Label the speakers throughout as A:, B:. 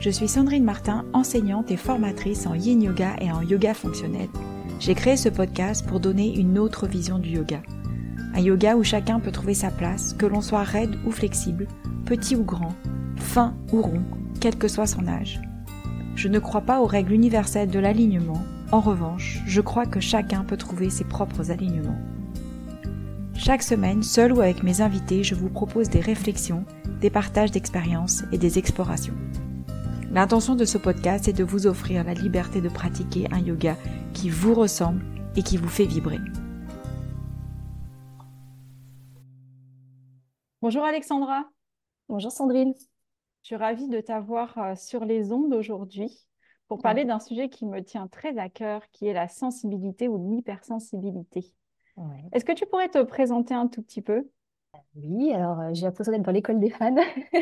A: Je suis Sandrine Martin, enseignante et formatrice en Yin Yoga et en yoga fonctionnel. J'ai créé ce podcast pour donner une autre vision du yoga. Un yoga où chacun peut trouver sa place, que l'on soit raide ou flexible, petit ou grand, fin ou rond, quel que soit son âge. Je ne crois pas aux règles universelles de l'alignement. En revanche, je crois que chacun peut trouver ses propres alignements. Chaque semaine, seul ou avec mes invités, je vous propose des réflexions, des partages d'expériences et des explorations. L'intention de ce podcast est de vous offrir la liberté de pratiquer un yoga qui vous ressemble et qui vous fait vibrer. Bonjour Alexandra.
B: Bonjour Sandrine.
A: Je suis ravie de t'avoir sur les ondes aujourd'hui pour parler d'un sujet qui me tient très à cœur, qui est la sensibilité ou l'hypersensibilité.
B: Ouais.
A: Est-ce que tu pourrais te présenter un tout petit peu?
B: Oui, alors j'ai l'impression d'être dans l'école des fans.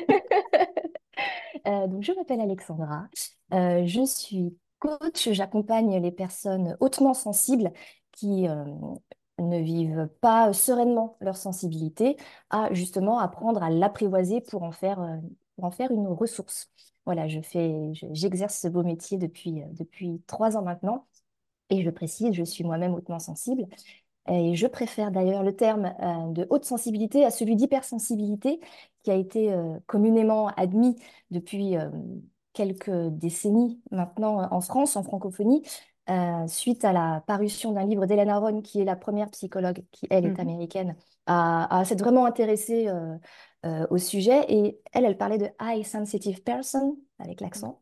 B: Donc, je m'appelle Alexandra. Je suis coach. J'accompagne les personnes hautement sensibles qui ne vivent pas sereinement leur sensibilité à justement apprendre à l'apprivoiser pour en faire une ressource. Voilà, j'exerce ce beau métier depuis 3 ans maintenant. Et je précise, je suis moi-même hautement sensible. Et je préfère d'ailleurs le terme de haute sensibilité à celui d'hypersensibilité qui a été communément admis depuis quelques décennies maintenant en France, en francophonie, suite à la parution d'un livre d'Hélène Aron, qui est la première psychologue, qui elle est
A: Mhm.
B: américaine, à s'être vraiment intéressée au sujet. Et elle parlait de high sensitive person, avec l'accent.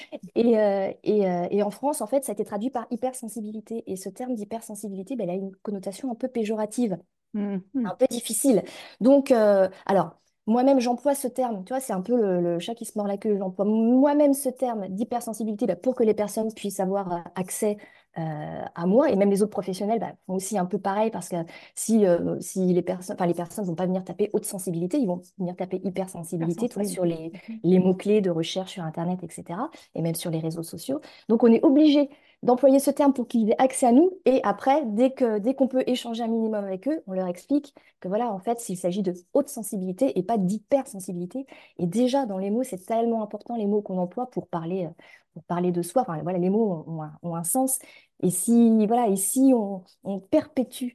B: Et en France, en fait, ça a été traduit par hypersensibilité. Et ce terme d'hypersensibilité, ben, il a une connotation un peu péjorative,
A: Mhm.
B: un peu difficile. Donc, alors, moi-même, j'emploie ce terme, tu vois, c'est un peu le chat qui se mord la queue. J'emploie moi-même ce terme d'hypersensibilité ben, pour que les personnes puissent avoir accès à moi. Et même les autres professionnels ben, font aussi un peu pareil parce que si les personnes vont pas venir taper haute sensibilité, ils vont venir taper hypersensibilité, toi, sur
A: Hypersensibilité.
B: les mots-clés de recherche sur Internet, etc. Et même sur les réseaux sociaux. Donc, on est obligé d'employer ce terme pour qu'ils aient accès à nous. Et après, dès qu'on peut échanger un minimum avec eux, on leur explique que voilà, en fait, s'il s'agit de haute sensibilité et pas d'hypersensibilité. Et déjà, dans les mots, c'est tellement important, les mots qu'on emploie pour parler de soi. Enfin, voilà, les mots ont un sens. Et si on perpétue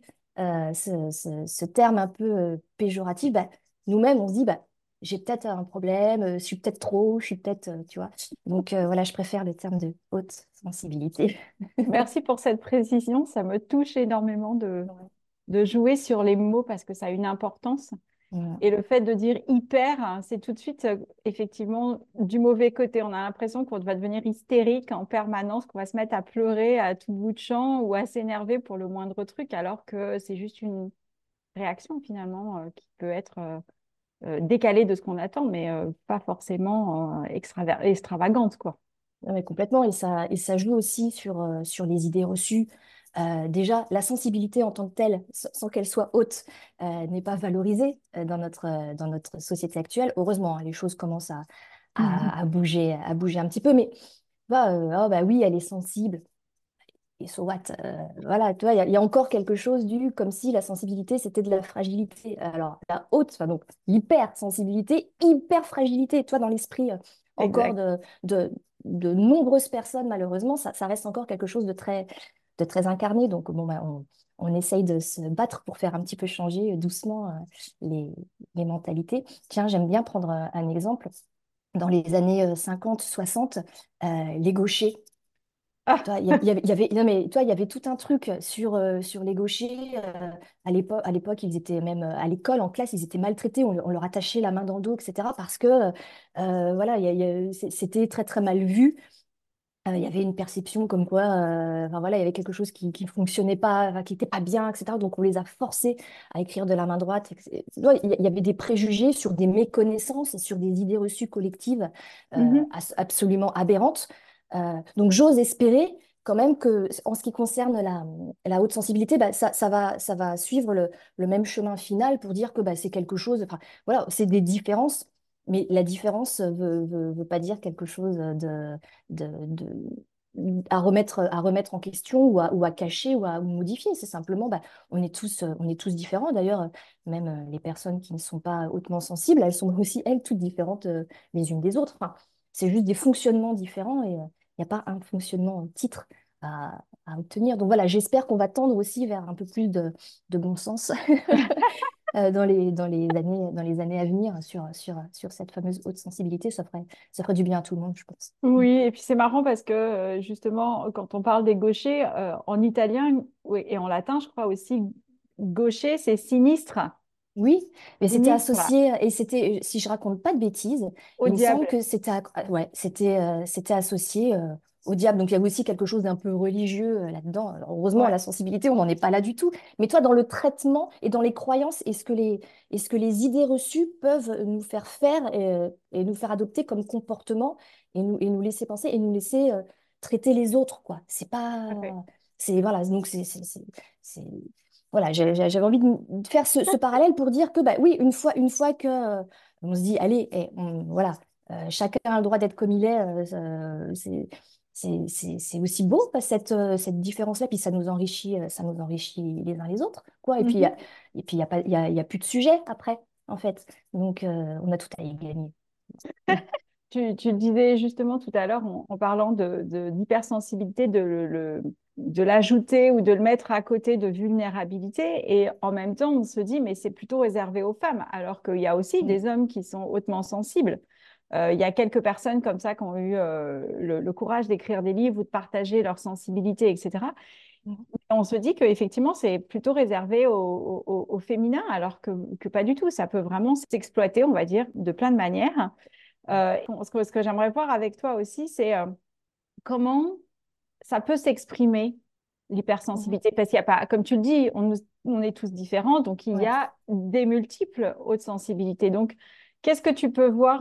B: ce terme un peu péjoratif, bah, nous-mêmes, on se dit, bah, j'ai peut-être un problème, je suis peut-être trop, je suis peut-être, tu vois. Donc voilà, je préfère le terme de haute sensibilité.
A: Merci pour cette précision. Ça me touche énormément
B: Ouais.
A: de jouer sur les mots parce que ça a une importance.
B: Ouais.
A: Et le fait de dire hyper, hein, c'est tout de suite effectivement du mauvais côté. On a l'impression qu'on va devenir hystérique en permanence, qu'on va se mettre à pleurer à tout bout de champ ou à s'énerver pour le moindre truc, alors que c'est juste une réaction finalement qui peut être décalée de ce qu'on attend, mais pas forcément extravagante, quoi.
B: Non, mais complètement, et ça joue aussi sur les idées reçues. Déjà, la sensibilité en tant que telle, sans qu'elle soit haute, n'est pas valorisée dans notre société actuelle. Heureusement, hein, les choses commencent à bouger un petit peu, mais oh, bah oui, elle est sensible. Et so what? Voilà, tu vois, il y a encore quelque chose comme si la sensibilité, c'était de la fragilité. Alors, la haute, enfin, donc l'hypersensibilité, hyper-fragilité, toi, dans l'esprit encore
A: Exact.
B: de nombreuses personnes, malheureusement, ça reste encore quelque chose de très incarné. Donc, bon, bah, on essaye de se battre pour faire un petit peu changer doucement les, les mentalités. Tiens, j'aime bien prendre un exemple. Dans les années 50-60, les gauchers.
A: Ah,
B: Toi, il y avait, non, mais toi, il y avait tout un truc sur les gauchers. À l'époque, ils étaient même à l'école, en classe, ils étaient maltraités. On leur attachait la main dans le dos, etc. Parce que voilà, c'était très, très mal vu. Il y avait une perception comme quoi, enfin, voilà, il y avait quelque chose qui ne fonctionnait pas, enfin, qui n'était pas bien, etc. Donc, on les a forcés à écrire de la main droite. Ouais, il y avait des préjugés sur des méconnaissances et sur des idées reçues collectives
A: mhm.
B: absolument aberrantes. Donc, j'ose espérer quand même que, en ce qui concerne la haute sensibilité, bah, ça va suivre le même chemin final pour dire que bah, c'est quelque chose, enfin, voilà, c'est des différences, mais la différence veut pas dire quelque chose à remettre en question ou à cacher ou modifier. C'est simplement, bah, on est tous différents. D'ailleurs, même les personnes qui ne sont pas hautement sensibles, elles sont aussi, elles, toutes différentes les unes des autres. Enfin, c'est juste des fonctionnements différents et il n'y a pas un fonctionnement titre à obtenir. Donc voilà, j'espère qu'on va tendre aussi vers un peu plus de bon sens dans les années à venir sur cette fameuse haute sensibilité. Ça ferait du bien à tout le monde, je pense.
A: Oui, et puis c'est marrant parce que justement, quand on parle des gauchers, en italien oui, et en latin, je crois aussi, gaucher, c'est sinistre.
B: Oui, mais c'était
A: Sinistre
B: associé, et c'était, si je raconte pas de bêtises,
A: au
B: il me semble
A: diable.
B: que ouais, c'était associé au diable. Donc il y avait aussi quelque chose d'un peu religieux là-dedans. Alors, heureusement,
A: Ouais,
B: la sensibilité, on n'en est pas là du tout. Mais toi, dans le traitement et dans les croyances, est-ce que les idées reçues peuvent nous faire faire et nous faire adopter comme comportement et nous laisser penser et nous laisser traiter les autres, quoi. C'est
A: tout à fait.
B: pas, c'est voilà, donc c'est- voilà, j'avais envie de faire ce parallèle pour dire que, bah, oui, une fois que on se dit, allez, voilà, chacun a le droit d'être comme il est, c'est aussi beau, cette différence-là, puis ça nous enrichit les uns les autres, quoi.
A: Mhm.
B: Et puis, il y a plus de sujet après, en fait. Donc, on a tout à y gagner.
A: Tu le disais justement tout à l'heure en parlant d'hypersensibilité, de l'ajouter ou de le mettre à côté de vulnérabilité. Et en même temps, on se dit, mais c'est plutôt réservé aux femmes, alors qu'il y a aussi
B: Mm.
A: des hommes qui sont hautement sensibles. Il y a quelques personnes comme ça qui ont eu le courage d'écrire des livres ou de partager leur sensibilité, etc.
B: Mm.
A: On se dit qu'effectivement, c'est plutôt réservé au féminin, alors que pas du tout. Ça peut vraiment s'exploiter, on va dire, de plein de manières. Ce que j'aimerais voir avec toi aussi, c'est comment ça peut s'exprimer,
B: Mhm.
A: l'hypersensibilité. Parce qu'il y a pas, comme tu le dis, on est tous différents, donc il y
B: Ouais,
A: a des multiples hautes sensibilités. Donc, qu'est-ce que tu peux voir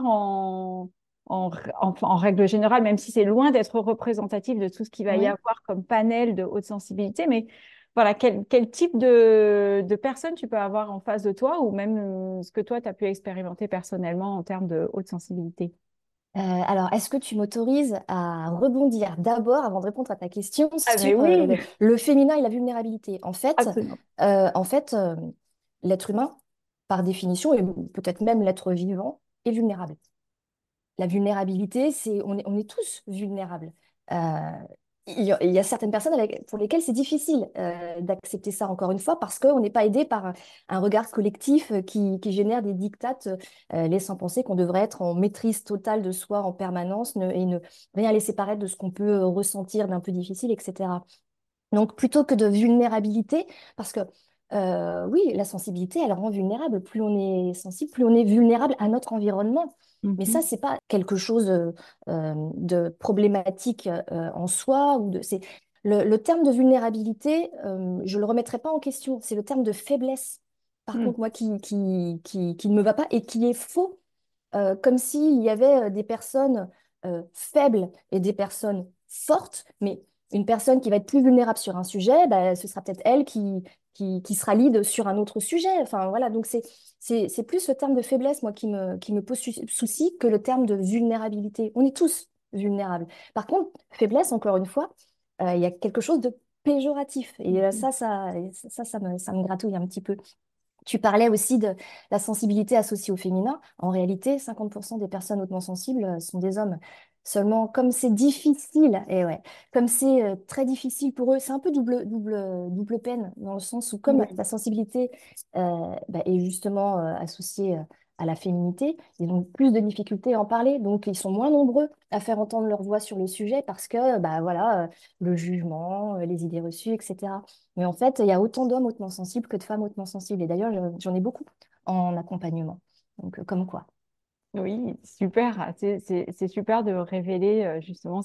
A: en règle générale, même si c'est loin d'être représentatif de tout ce qu'il va y
B: ouais.
A: avoir comme panel de haute sensibilité, mais voilà, quel type de personnes tu peux avoir en face de toi ou même ce que toi, tu as pu expérimenter personnellement en termes de haute sensibilité?
B: Alors, est-ce que tu m'autorises à rebondir d'abord, avant de répondre à ta question,
A: Ah, mais
B: sur
A: oui,
B: le féminin et la vulnérabilité?
A: absolument.
B: En fait l'être humain, par définition, et peut-être même l'être vivant, est vulnérable. La vulnérabilité, on est tous vulnérables. Euh, il y a certaines personnes pour lesquelles c'est difficile d'accepter ça, encore une fois, parce qu'on n'est pas aidé par un regard collectif qui génère des dictates laissant penser qu'on devrait être en maîtrise totale de soi en permanence et ne rien laisser paraître de ce qu'on peut ressentir d'un peu difficile, etc. Donc, plutôt que de vulnérabilité, parce que oui, la sensibilité, elle rend vulnérable. Plus on est sensible, plus on est vulnérable à notre environnement. Mais ça,
A: Mhm.
B: c'est pas quelque chose de problématique en soi. Le terme de vulnérabilité, je le remettrai pas en question. C'est le terme de faiblesse, par
A: Mm.
B: contre, moi, qui ne me va pas et qui est faux, comme s'il y avait des personnes faibles et des personnes fortes, mais une personne qui va être plus vulnérable sur un sujet, bah, ce sera peut-être elle qui sera lead sur un autre sujet. Enfin, voilà, donc c'est plus le terme de faiblesse, moi, qui me pose souci que le terme de vulnérabilité. On est tous vulnérables. Par contre, faiblesse, encore une fois, il y a quelque chose de péjoratif. Et ça me gratouille un petit peu. Tu parlais aussi de la sensibilité associée au féminin. En réalité, 50% des personnes hautement sensibles sont des hommes. Seulement, comme c'est difficile, et ouais, comme c'est très difficile pour eux, c'est un peu double peine, dans le sens où comme
A: Oui.
B: la sensibilité bah, est justement associée à la féminité, ils ont plus de difficultés à en parler, donc ils sont moins nombreux à faire entendre leur voix sur le sujet parce que bah, voilà, le jugement, les idées reçues, etc. Mais en fait, il y a autant d'hommes hautement sensibles que de femmes hautement sensibles. Et d'ailleurs, j'en ai beaucoup en accompagnement. Donc, comme quoi.
A: Oui, super. C'est super de révéler justement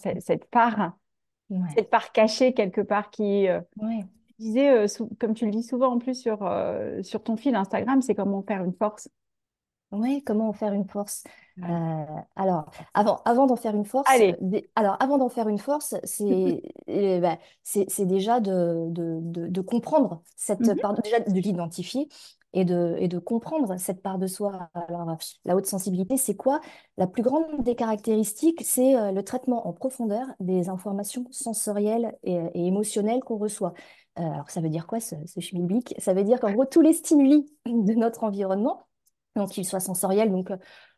B: Ouais.
A: cette part cachée quelque part qui,
B: Ouais.
A: tu disais, comme tu le dis souvent en plus sur ton fil Instagram, c'est comment faire une force.
B: Ouais, comment en faire une force?
A: Ouais.
B: Alors, avant d'en faire une force,
A: Allez.
B: avant d'en faire une force, bah, c'est déjà de comprendre cette
A: Mhm.
B: part, déjà de l'identifier et de comprendre cette part de soi. Alors, la haute sensibilité, c'est quoi? La plus grande des caractéristiques, c'est le traitement en profondeur des informations sensorielles et émotionnelles qu'on reçoit. Alors, ça veut dire quoi, ce schmilblick? Ça veut dire qu'en gros, tous les stimuli de notre environnement, donc qu'ils soient sensoriels, donc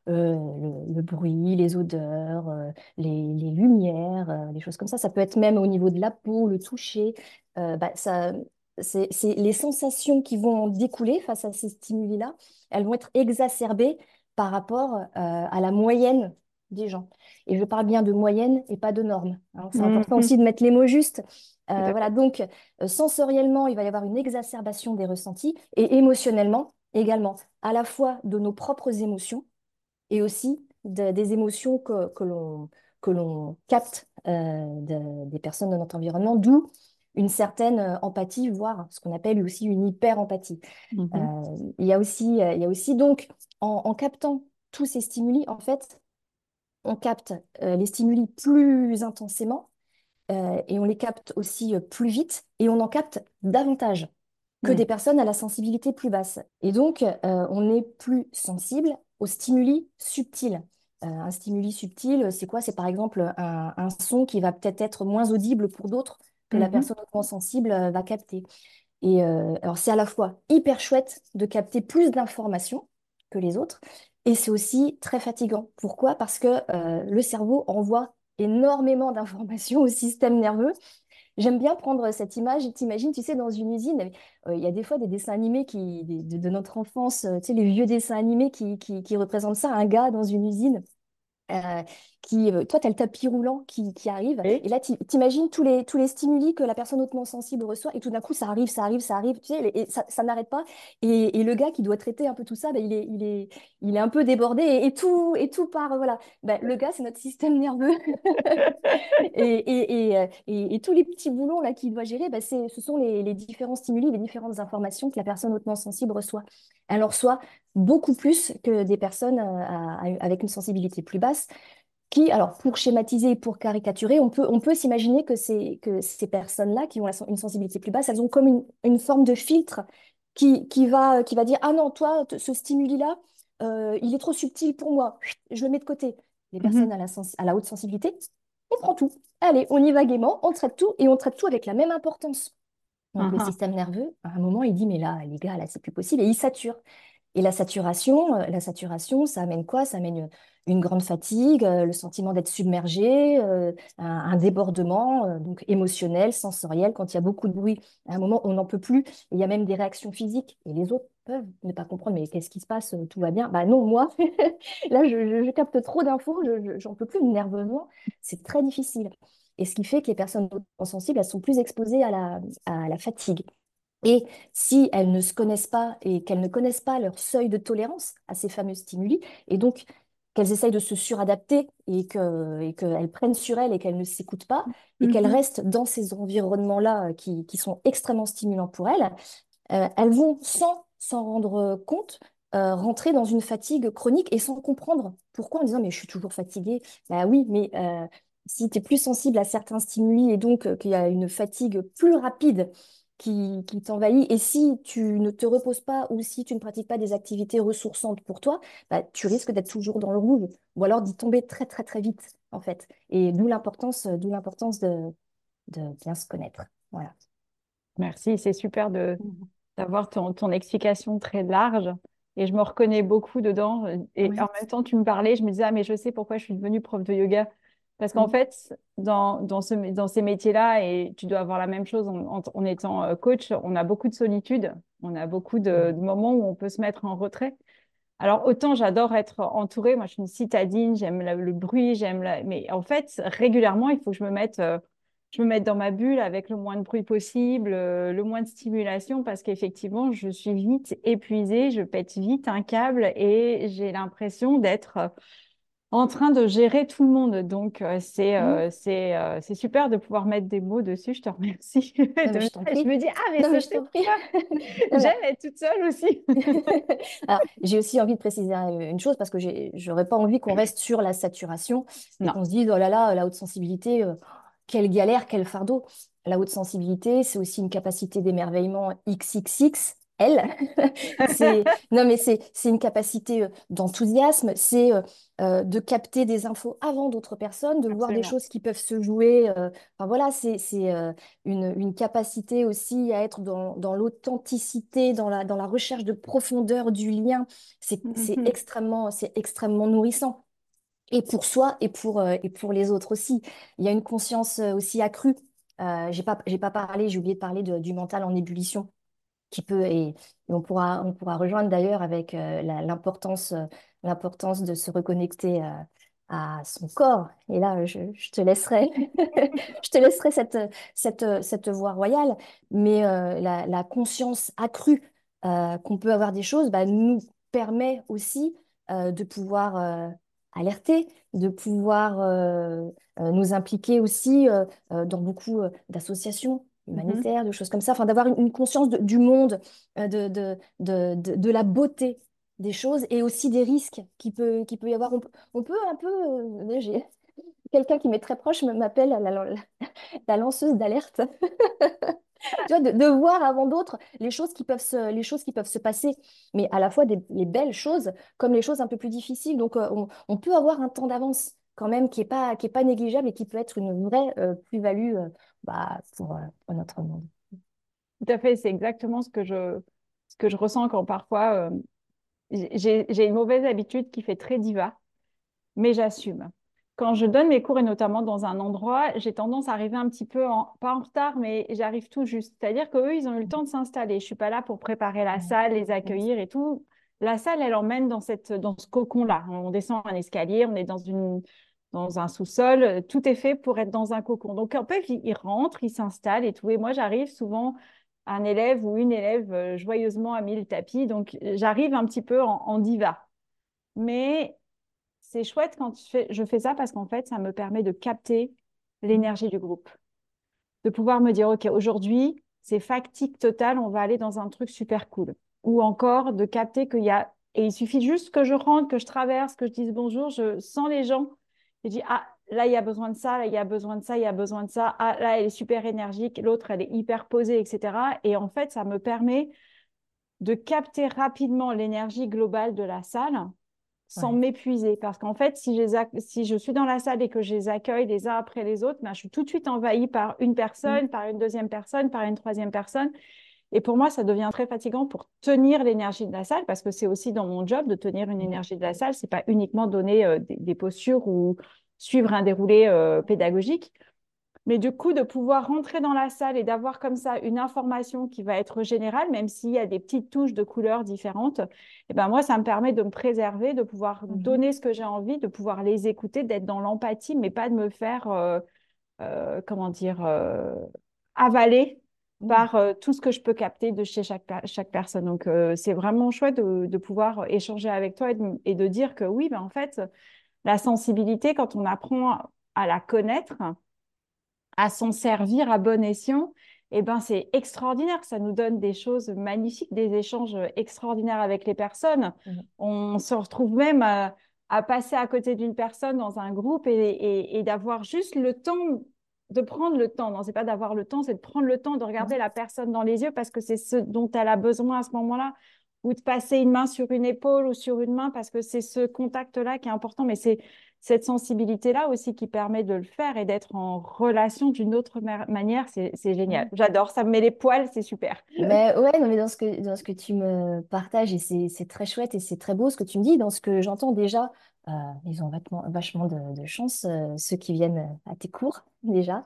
B: le bruit, les odeurs, les lumières, les choses comme ça. Ça peut être même au niveau de la peau, le toucher. Ça, c'est les sensations qui vont découler face à ces stimuli-là, elles vont être exacerbées par rapport à la moyenne des gens. Et je parle bien de moyenne et pas de norme, hein. C'est important
A: Mhm.
B: aussi de mettre les mots justes.
A: Tout à
B: Voilà,
A: fait.
B: donc sensoriellement, il va y avoir une exacerbation des ressentis et émotionnellement également, à la fois de nos propres émotions et aussi des émotions que l'on capte des personnes de notre environnement, d'où une certaine empathie, voire ce qu'on appelle aussi une hyper-empathie.
A: Mhm.
B: Il y a aussi donc, en captant tous ces stimuli, en fait, on capte les stimuli plus intensément et on les capte aussi plus vite et on en capte davantage que
A: Mhm.
B: des personnes à la sensibilité plus basse. Et donc, on est plus sensible aux stimuli subtils. Un stimuli subtil, c'est quoi? C'est par exemple un son qui va peut-être être moins audible pour d'autres que la
A: Mhm.
B: personne hautement sensible va capter. Et alors, c'est à la fois hyper chouette de capter plus d'informations que les autres, et c'est aussi très fatigant. Pourquoi? Parce que le cerveau envoie énormément d'informations au système nerveux. J'aime bien prendre cette image, t'imagines, tu sais, dans une usine, il y a des fois des dessins animés de notre enfance, tu sais, les vieux dessins animés qui représentent ça, un gars dans une usine euh, toi, tu as le tapis roulant qui arrive,
A: Oui.
B: et là, t'imagines tous les stimuli que la personne hautement sensible reçoit, et tout d'un coup, ça arrive, ça arrive, ça arrive, tu sais, et ça n'arrête pas. Et le gars qui doit traiter un peu tout ça, ben, il est un peu débordé, et tout part, voilà. Ben, le gars, c'est notre système nerveux. Et tous les petits boulons là qu'il doit gérer, ben, ce sont les différents stimuli, les différentes informations que la personne hautement sensible reçoit. Elle en reçoit beaucoup plus que des personnes avec une sensibilité plus basse qui, alors pour schématiser, pour caricaturer, on peut s'imaginer que ces personnes-là qui ont une sensibilité plus basse, elles ont comme une forme de filtre qui va dire, ah non, toi, ce stimuli-là, il est trop subtil pour moi, je le mets de côté. Les personnes
A: Mhm.
B: à la haute sensibilité, on prend tout. Allez, on y va gaiement, on traite tout et on traite tout avec la même importance. Donc le
A: Mhm.
B: système nerveux, à un moment, il dit, mais là, les gars, là, c'est plus possible, et il sature. Et la saturation, ça amène quoi? Ça amène une grande fatigue, le sentiment d'être submergé, un débordement, donc émotionnel, sensoriel. Quand il y a beaucoup de bruit, à un moment, on n'en peut plus. Et il y a même des réactions physiques. Et les autres peuvent ne pas comprendre, mais qu'est-ce qui se passe? Tout va bien? Bah non, moi, là, je capte trop d'infos, j'en peux plus nerveusement. C'est très difficile. Et ce qui fait que les personnes sensibles, elles sont plus exposées à la fatigue. Et si elles ne se connaissent pas et qu'elles ne connaissent pas leur seuil de tolérance à ces fameux stimuli, et donc qu'elles essayent de se suradapter et qu'elles prennent sur elles et qu'elles ne s'écoutent pas, et qu'elles
A: Mhm.
B: restent dans ces environnements-là qui sont extrêmement stimulants pour elles, elles vont, sans s'en rendre compte, rentrer dans une fatigue chronique et sans comprendre pourquoi en disant mais je suis toujours fatiguée. Bah oui, mais si tu es plus sensible à certains stimuli et donc qu'il y a une fatigue plus rapide qui t'envahit, et si tu ne te reposes pas ou si tu ne pratiques pas des activités ressourçantes pour toi, bah, tu risques d'être toujours dans le rouge ou alors d'y tomber très très très vite en fait. Et d'où l'importance de bien se connaître. Voilà.
A: Merci, c'est super
B: Mhm.
A: d'avoir ton explication très large et je me reconnais beaucoup dedans. Et en
B: Oui.
A: même temps, tu me parlais, je me disais, ah, mais je sais pourquoi je suis devenue prof de yoga. Parce qu'en
B: Mhm.
A: fait, dans ces métiers-là, et tu dois avoir la même chose en étant coach, on a beaucoup de solitude, on a beaucoup de moments où on peut se mettre en retrait. Alors, autant j'adore être entourée, moi je suis une citadine, j'aime le bruit, mais en fait, régulièrement, il faut que je me mette dans ma bulle avec le moins de bruit possible, le moins de stimulation, parce qu'effectivement, je suis vite épuisée, je pète vite un câble et j'ai l'impression d'être en train de gérer tout le monde. Donc,
B: Mhm.
A: c'est super de pouvoir mettre des mots dessus, je te remercie.
B: Non, mais je t'en
A: Je
B: prie.
A: me dis, ah, mais
B: Non, mais
A: c'est
B: je t'en
A: peut-être
B: prie.
A: ça,
B: Non, mais-
A: j'aime être toute seule aussi.
B: Alors, j'ai aussi envie de préciser une chose parce que j'aurais pas envie qu'on reste sur la saturation et
A: Non.
B: qu'on se dise, oh là là, la haute sensibilité, quelle galère, quel fardeau. La haute sensibilité, c'est aussi une capacité d'émerveillement XXX, elle. Non, mais c'est une capacité d'enthousiasme, c'est de capter des infos avant d'autres personnes, de voir des
A: Absolument.
B: choses qui peuvent se jouer. Enfin voilà, c'est une capacité aussi à être dans l'authenticité, dans la recherche de profondeur du lien.
A: Mhm.
B: C'est extrêmement nourrissant. Et pour soi et pour les autres aussi. Il y a une conscience aussi accrue. J'ai pas parlé, j'ai oublié de parler du mental en ébullition qui peut, et on pourra rejoindre d'ailleurs avec l'importance de se reconnecter à son corps. Et là, je te laisserai, je te laisserai cette voie royale, mais la conscience accrue qu'on peut avoir des choses bah, nous permet aussi de pouvoir alerter, de pouvoir nous impliquer aussi dans beaucoup d'associations
A: Mhm.
B: humanitaires, de choses comme ça, enfin d'avoir une conscience du monde, de la beauté des choses et aussi des risques qui peut y avoir. On peut un peu, j'ai quelqu'un qui m'est très proche m'appelle la lanceuse d'alerte. Tu vois, de voir avant d'autres les choses qui peuvent se passer, mais à la fois les belles choses comme les choses un peu plus difficiles. Donc, on peut avoir un temps d'avance quand même qui est pas négligeable et qui peut être une vraie plus-value bah, pour notre monde.
A: Tout à fait, c'est exactement ce que je ressens quand parfois j'ai une mauvaise habitude qui fait très diva, mais j'assume. Quand je donne mes cours et notamment dans un endroit, j'ai tendance à arriver un petit peu, pas en retard, mais j'arrive tout juste. C'est-à-dire qu'eux, ils ont eu le temps de s'installer. Je suis pas là pour préparer la
B: Ouais.
A: salle, les
B: Ouais.
A: accueillir et tout. La salle, elle emmène dans ce cocon-là. On descend un escalier, on est dans un sous-sol. Tout est fait pour être dans un cocon. Donc, en fait, ils rentrent, ils s'installent et tout. Et moi, j'arrive souvent un élève ou une élève joyeusement a mis le tapis. Donc, j'arrive un petit peu en diva. Mais c'est chouette quand je fais ça parce qu'en fait, ça me permet de capter l'énergie du groupe, de pouvoir me dire, OK, aujourd'hui, c'est fatigue totale, on va aller dans un truc super cool. Ou encore de capter qu'il y a, et il suffit juste que je rentre, que je traverse, que je dise bonjour, je sens les gens, je dis, ah, là, il y a besoin de ça, là, il y a besoin de ça, il y a besoin de ça, ah, là, elle est super énergique, l'autre, elle est hyper posée, etc. Et en fait, ça me permet de capter rapidement l'énergie globale de la salle sans
B: Ouais.
A: m'épuiser. Parce qu'en fait, si je suis dans la salle et que je les accueille les uns après les autres, ben, je suis tout de suite envahie par une
B: Mm.
A: personne, par une deuxième personne, par une troisième personne. Et pour moi, ça devient très fatigant pour tenir l'énergie de la salle, parce que c'est aussi dans mon job de tenir une
B: Mm.
A: énergie de la salle. C'est pas uniquement donner des postures ou suivre un déroulé pédagogique. Mais du coup, de pouvoir rentrer dans la salle et d'avoir comme ça une information qui va être générale, même s'il y a des petites touches de couleurs différentes, et ben moi, ça me permet de me préserver, de pouvoir
B: Mhm.
A: donner ce que j'ai envie, de pouvoir les écouter, d'être dans l'empathie, mais pas de me faire, comment dire, avaler
B: Mm.
A: par tout ce que je peux capter de chez chaque personne. Donc, c'est vraiment chouette de pouvoir échanger avec toi et de dire que oui, ben, en fait, la sensibilité, quand on apprend à la connaître, à s'en servir à bon escient, eh ben, c'est extraordinaire. Ça nous donne des choses magnifiques, des échanges extraordinaires avec les personnes.
B: Mm.
A: On se retrouve même à passer à côté d'une personne dans un groupe et d'avoir juste le temps, de prendre le temps. Non, c'est pas d'avoir le temps, c'est de prendre le temps de regarder la personne dans les yeux parce que c'est ce dont elle a besoin à ce moment-là. Ou de passer une main sur une épaule ou sur une main parce que c'est ce contact-là qui est important. Mais c'est cette sensibilité-là aussi qui permet de le faire et d'être en relation d'une autre manière, c'est génial.
B: Mm.
A: J'adore, ça me met les poils, c'est super.
B: Mais ouais, non, mais dans ce que tu me partages, et c'est très chouette et c'est très beau ce que tu me dis, dans ce que j'entends déjà, euh, ils ont vachement de chance, ceux qui viennent à tes cours, déjà.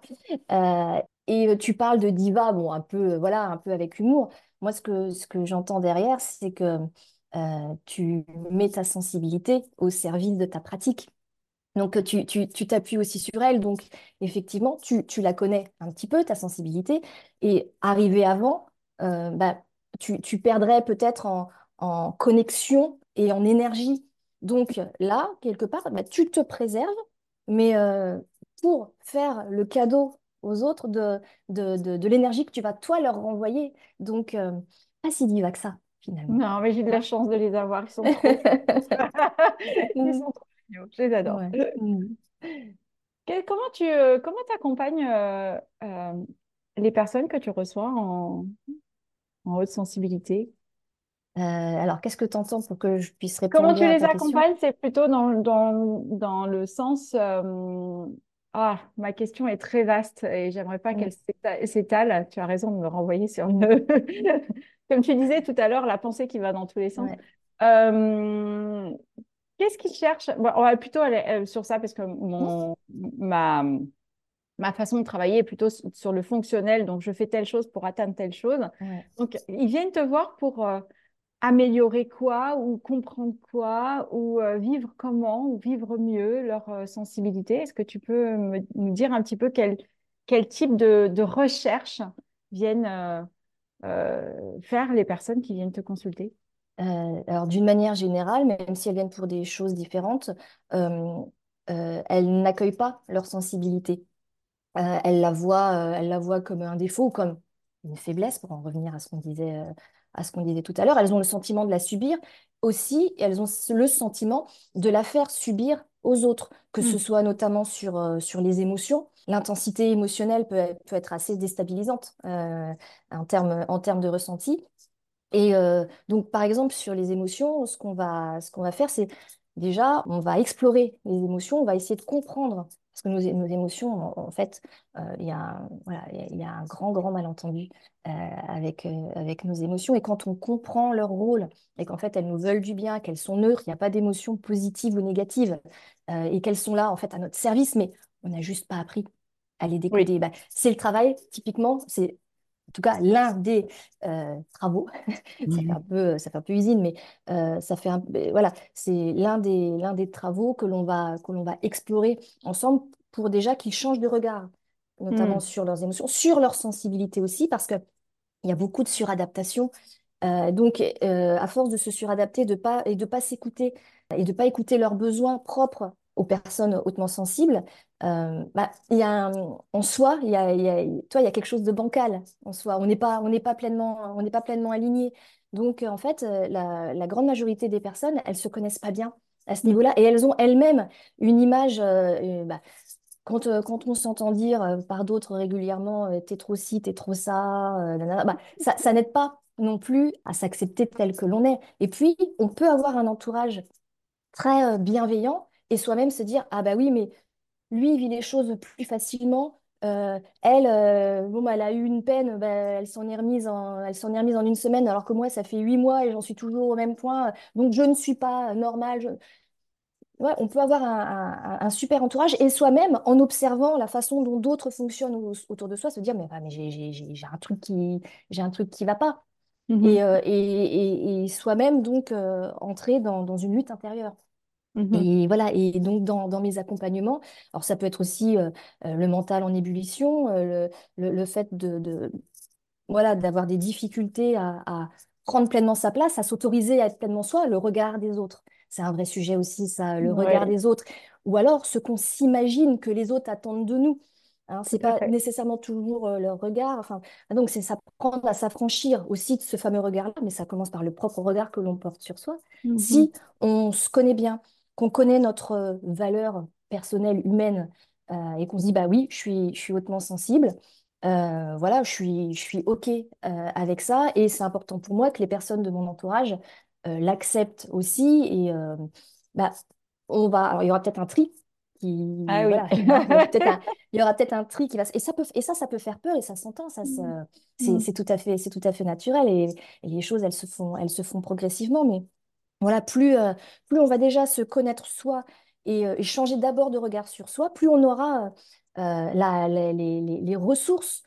B: Et tu parles de diva, bon, un peu, voilà, un peu avec humour. Moi, ce que j'entends derrière, c'est que tu mets ta sensibilité au service de ta pratique. Donc, tu t'appuies aussi sur elle. Donc, effectivement, tu la connais un petit peu, ta sensibilité. Et arrivé avant, bah, tu perdrais peut-être en connexion et en énergie. Donc, là, quelque part, bah, tu te préserves, mais pour faire le cadeau aux autres de l'énergie que tu vas, toi, leur renvoyer. Donc, pas si diva que ça, finalement.
A: Non, mais j'ai de la chance de les avoir, ils sont trop chouettes. Ils
B: Mm.
A: sont trop mignons, je les adore.
B: Ouais. Mm.
A: Comment t'accompagnes les personnes que tu reçois en haute sensibilité?
B: Alors, qu'est-ce que tu entends pour que je puisse
A: Comment
B: répondre
A: tu
B: bien à
A: les
B: ta question?
A: accompagnes? C'est plutôt dans le sens... Ah, ma question est très vaste et j'aimerais pas
B: Mm.
A: qu'elle s'étale. Tu as raison de me renvoyer sur une... Comme tu disais tout à l'heure, la pensée qui va dans tous les sens.
B: Ouais,
A: Euh, Qu'est-ce qu'ils cherchent? Bon, on va plutôt aller sur ça parce que
B: mm,
A: ma façon de travailler est plutôt sur le fonctionnel. Donc, je fais telle chose pour atteindre telle chose.
B: ouais.
A: Donc, ils viennent te voir pour améliorer quoi ou comprendre quoi ou vivre comment ou vivre mieux leur sensibilité. Est-ce que tu peux me dire un petit peu quel type de recherche viennent faire les personnes qui viennent te consulter?
B: Alors, d'une manière générale, même si elles viennent pour des choses différentes, euh, elles n'accueillent pas leur sensibilité. Elles la voient comme un défaut ou comme une faiblesse, pour en revenir à ce qu'on disait tout à l'heure. Elles ont le sentiment de la subir aussi, et elles ont le sentiment de la faire subir aux autres, que ce
A: Hmm.
B: soit notamment sur les émotions. L'intensité émotionnelle peut être assez déstabilisante en termes de ressenti. Et donc, par exemple, sur les émotions, ce qu'on va faire, c'est déjà, on va explorer les émotions, on va essayer de comprendre, parce que nos émotions, en fait, il y a voilà, il y a un grand, grand malentendu avec nos émotions. Et quand on comprend leur rôle, et qu'en fait, elles nous veulent du bien, qu'elles sont neutres, il n'y a pas d'émotions positives ou négatives, et qu'elles sont là, en fait, à notre service, mais on n'a juste pas appris à les
A: Oui.
B: décoder. Bah, c'est le travail, typiquement, c'est en tout cas l'un des travaux.
A: Mhm.
B: Ça fait un peu usine, mais voilà, c'est l'un des travaux que l'on va explorer ensemble pour déjà qu'ils changent de regard, notamment
A: Hmm.
B: sur leurs émotions, sur leur sensibilité aussi, parce qu'il y a beaucoup de suradaptation. À force de se suradapter, de pas s'écouter et de pas écouter leurs besoins propres aux personnes hautement sensibles, il y a en soi, toi, il y a quelque chose de bancal en soi. On n'est pas pleinement aligné. En fait, la grande majorité des personnes, elles se connaissent pas bien à ce
A: Hmm.
B: niveau-là et elles ont elles-mêmes une image. Quand on s'entend dire par d'autres régulièrement, t'es trop ci, t'es trop ça, nanana, ça n'aide pas non plus à s'accepter tel que l'on est. Et puis, on peut avoir un entourage très bienveillant et soi-même se dire, ah bah oui, mais lui, il vit les choses plus facilement. Bon, bah, elle a eu une peine, bah, elle s'en est remise en une semaine, alors que moi, ça fait 8 mois et j'en suis toujours au même point. Donc, je ne suis pas normale. Ouais, on peut avoir un super entourage et soi-même, en observant la façon dont d'autres fonctionnent autour de soi, se dire, mais j'ai un truc qui va pas.
A: Mhm.
B: Et soi-même, entrer dans une lutte intérieure.
A: Mhm.
B: Et voilà, et donc dans mes accompagnements, alors ça peut être aussi le mental en ébullition, le fait voilà, d'avoir des difficultés à prendre pleinement sa place, à s'autoriser à être pleinement soi, le regard des autres. C'est un vrai sujet aussi, ça, le regard
A: Oui,
B: des autres. Ou alors ce qu'on s'imagine que les autres attendent de nous. Hein,
A: tout
B: c'est
A: à
B: pas
A: fait.
B: nécessairement toujours leur regard. Enfin, donc c'est s'apprendre à s'affranchir aussi de ce fameux regard-là, mais ça commence par le propre regard que l'on porte sur soi.
A: Mhm.
B: Si on se connaît bien, qu'on connaît notre valeur personnelle, humaine, et qu'on se dit, bah oui, je suis hautement sensible, voilà, je suis OK avec ça et c'est important pour moi que les personnes de mon entourage l'acceptent aussi et bah, alors, il y aura peut-être un tri
A: Ah
B: qui,
A: oui.
B: voilà, hein, il y aura peut-être un tri qui va, et ça peut faire peur et ça s'entend,
A: Mhm.
B: c'est tout à fait naturel et les choses, elles se font progressivement, mais voilà, plus on va déjà se connaître soi et changer d'abord de regard sur soi, plus on aura les ressources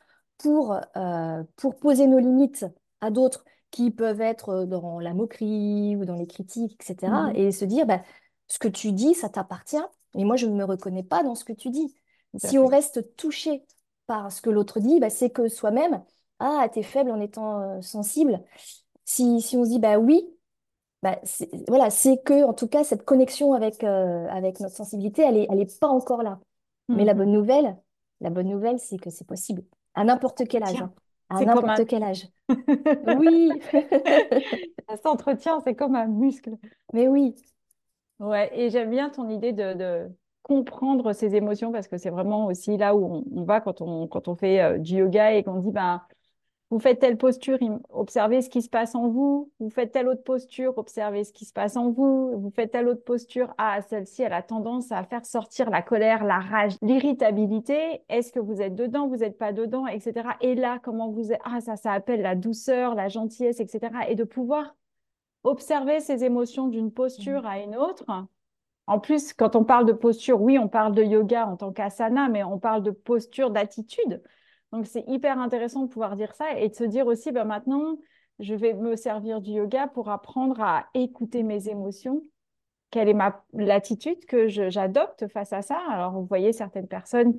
B: pour poser nos limites à d'autres qui peuvent être dans la moquerie ou dans les critiques, etc.
A: Mhm.
B: Et se dire, bah, ce que tu dis, ça t'appartient, et moi, je ne me reconnais pas dans ce que tu dis.
A: Tout à
B: Si on
A: fait.
B: reste touché par ce que l'autre dit, bah, c'est que soi-même, ah, t'es faible en étant sensible. Si on se dit, bah oui, voilà, c'est que, en tout cas, cette connexion avec notre sensibilité, elle est pas encore là. Mais
A: Mhm.
B: la bonne nouvelle, c'est que c'est possible. À n'importe quel âge,
A: Entretien.
B: hein. À
A: C'est comme un...
B: n'importe quel âge. Oui,
A: Ça s'entretient, c'est comme un muscle.
B: mais oui.
A: Ouais, et j'aime bien ton idée de comprendre ses émotions parce que c'est vraiment aussi là où on va quand on fait du yoga et qu'on dit, ben, Vous faites telle posture, observez ce qui se passe en vous. Vous faites telle autre posture, observez ce qui se passe en vous. Vous faites telle autre posture. Ah, celle-ci, elle a tendance à faire sortir la colère, la rage, l'irritabilité. Est-ce que vous êtes dedans, vous n'êtes pas dedans, etc. Et là, comment vous êtes... Ah, ça appelle la douceur, la gentillesse, etc. Et de pouvoir observer ces émotions d'une
B: Mhm.
A: posture à une autre. En plus, quand on parle de posture, oui, on parle de yoga en tant qu'asana, mais on parle de posture, d'attitude. Donc, c'est hyper intéressant de pouvoir dire ça et de se dire aussi, ben, maintenant, je vais me servir du yoga pour apprendre à écouter mes émotions. Quelle est l'attitude que j'adopte face à ça? Alors, vous voyez certaines personnes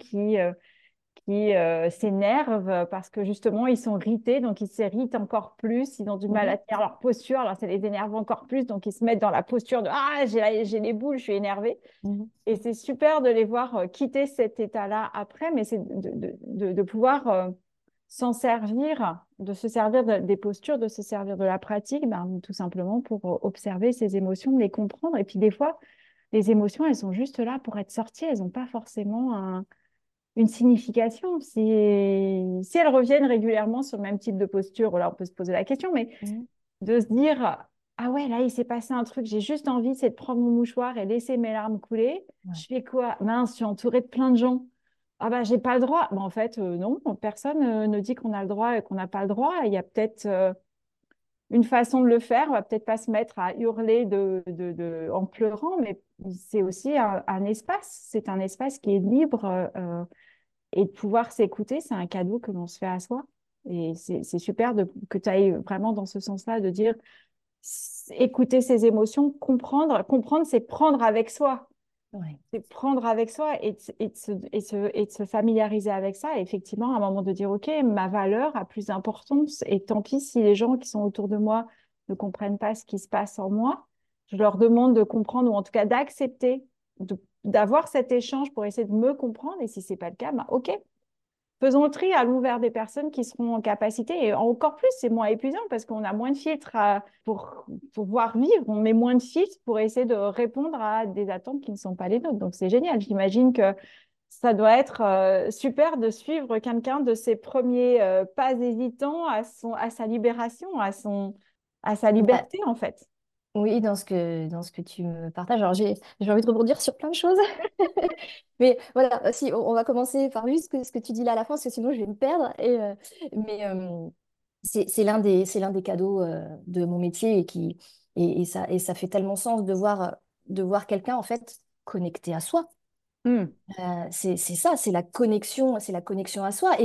A: qui s'énervent parce que justement, ils sont irrités, donc ils s'irritent encore plus, ils ont du mal à
B: Mhm.
A: tenir leur posture, alors ça les énerve encore plus, donc ils se mettent dans la posture de «Ah, j'ai les boules, je suis énervé».
B: Mhm.
A: Et c'est super de les voir quitter cet état-là après, mais c'est de pouvoir s'en servir, de se servir des postures, de se servir de la pratique, ben, tout simplement pour observer ces émotions, les comprendre. Et puis des fois, les émotions, elles sont juste là pour être sorties, elles n'ont pas forcément une signification. Si elles reviennent régulièrement sur le même type de posture, là, on peut se poser la question, mais
B: Mhm.
A: de se dire, ah ouais, là, il s'est passé un truc, j'ai juste envie, c'est de prendre mon mouchoir et laisser mes larmes couler.
B: Ouais.
A: Je fais quoi? Mince, je suis entourée de plein de gens. Ah bah, j'ai pas le droit. Bah, en fait, non, personne ne dit qu'on a le droit et qu'on n'a pas le droit. Il y a peut-être une façon de le faire. On va peut-être pas se mettre à hurler en pleurant, mais c'est aussi un espace. C'est un espace qui est libre. Et de pouvoir s'écouter, c'est un cadeau que l'on se fait à soi. Et c'est super que tu ailles vraiment dans ce sens-là, de dire écouter ses émotions, comprendre. Comprendre, c'est prendre avec soi.
B: Ouais.
A: C'est prendre avec soi et de se familiariser avec ça. Et effectivement, à un moment de dire, OK, ma valeur a plus d'importance. Et tant pis si les gens qui sont autour de moi ne comprennent pas ce qui se passe en moi. Je leur demande de comprendre ou en tout cas d'accepter, d'avoir cet échange pour essayer de me comprendre. Et si ce n'est pas le cas, bah, OK, faisons le tri, allons vers des personnes qui seront en capacité. Et encore plus, c'est moins épuisant parce qu'on a moins de filtres pour pouvoir vivre. On met moins de filtres pour essayer de répondre à des attentes qui ne sont pas les nôtres. Donc, c'est génial. J'imagine que ça doit être super de suivre quelqu'un de ses premiers pas hésitants à sa libération, à sa
B: Bah,
A: liberté, en fait.
B: oui, dans ce que tu me partages. Alors, j'ai envie de rebondir sur plein de choses. Mais voilà, si on va commencer par juste ce que tu dis là à la fin, parce que sinon je vais me perdre. Mais c'est l'un des cadeaux de mon métier et ça fait tellement sens de voir quelqu'un en fait connecté à soi.
A: Hmm.
B: C'est ça, c'est la connexion à soi.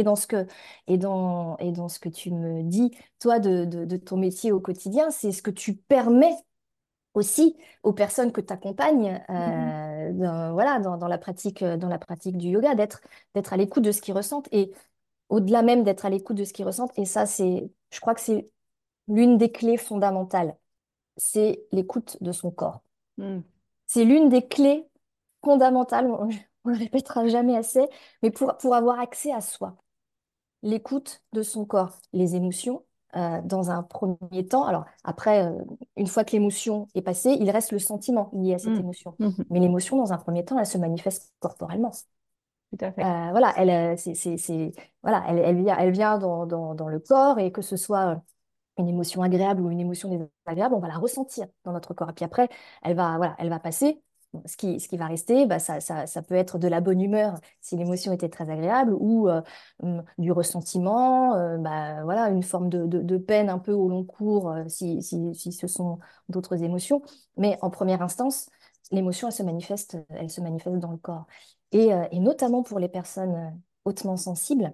B: Et dans ce que tu me dis, toi, de ton métier au quotidien, c'est ce que tu permets aussi aux personnes que tu accompagnes voilà, dans la pratique du yoga, d'être à l'écoute de ce qu'ils ressentent et au-delà même d'être à l'écoute de ce qu'ils ressentent. Et ça, je crois que c'est l'une des clés fondamentales, c'est l'écoute de son corps.
A: Hmm.
B: C'est l'une des clés fondamentales, on le répétera jamais assez, mais pour avoir accès à soi. L'écoute de son corps, les émotions, dans un premier temps. Alors après, une fois que l'émotion est passée, il reste le sentiment lié à cette
A: Hmm.
B: émotion.
A: Hmm.
B: Mais l'émotion, dans un premier temps, elle se manifeste corporellement.
A: Tout à fait.
B: Voilà, voilà, elle vient dans le corps et que ce soit une émotion agréable ou une émotion désagréable, on va la ressentir dans notre corps. Et puis après, voilà, elle va passer. Bon, ce qui va rester, bah, ça peut être de la bonne humeur si l'émotion était très agréable ou du ressentiment, bah, voilà, une forme de peine un peu au long cours si ce sont d'autres émotions. Mais en première instance, l'émotion, elle se manifeste dans le corps. Et notamment pour les personnes hautement sensibles,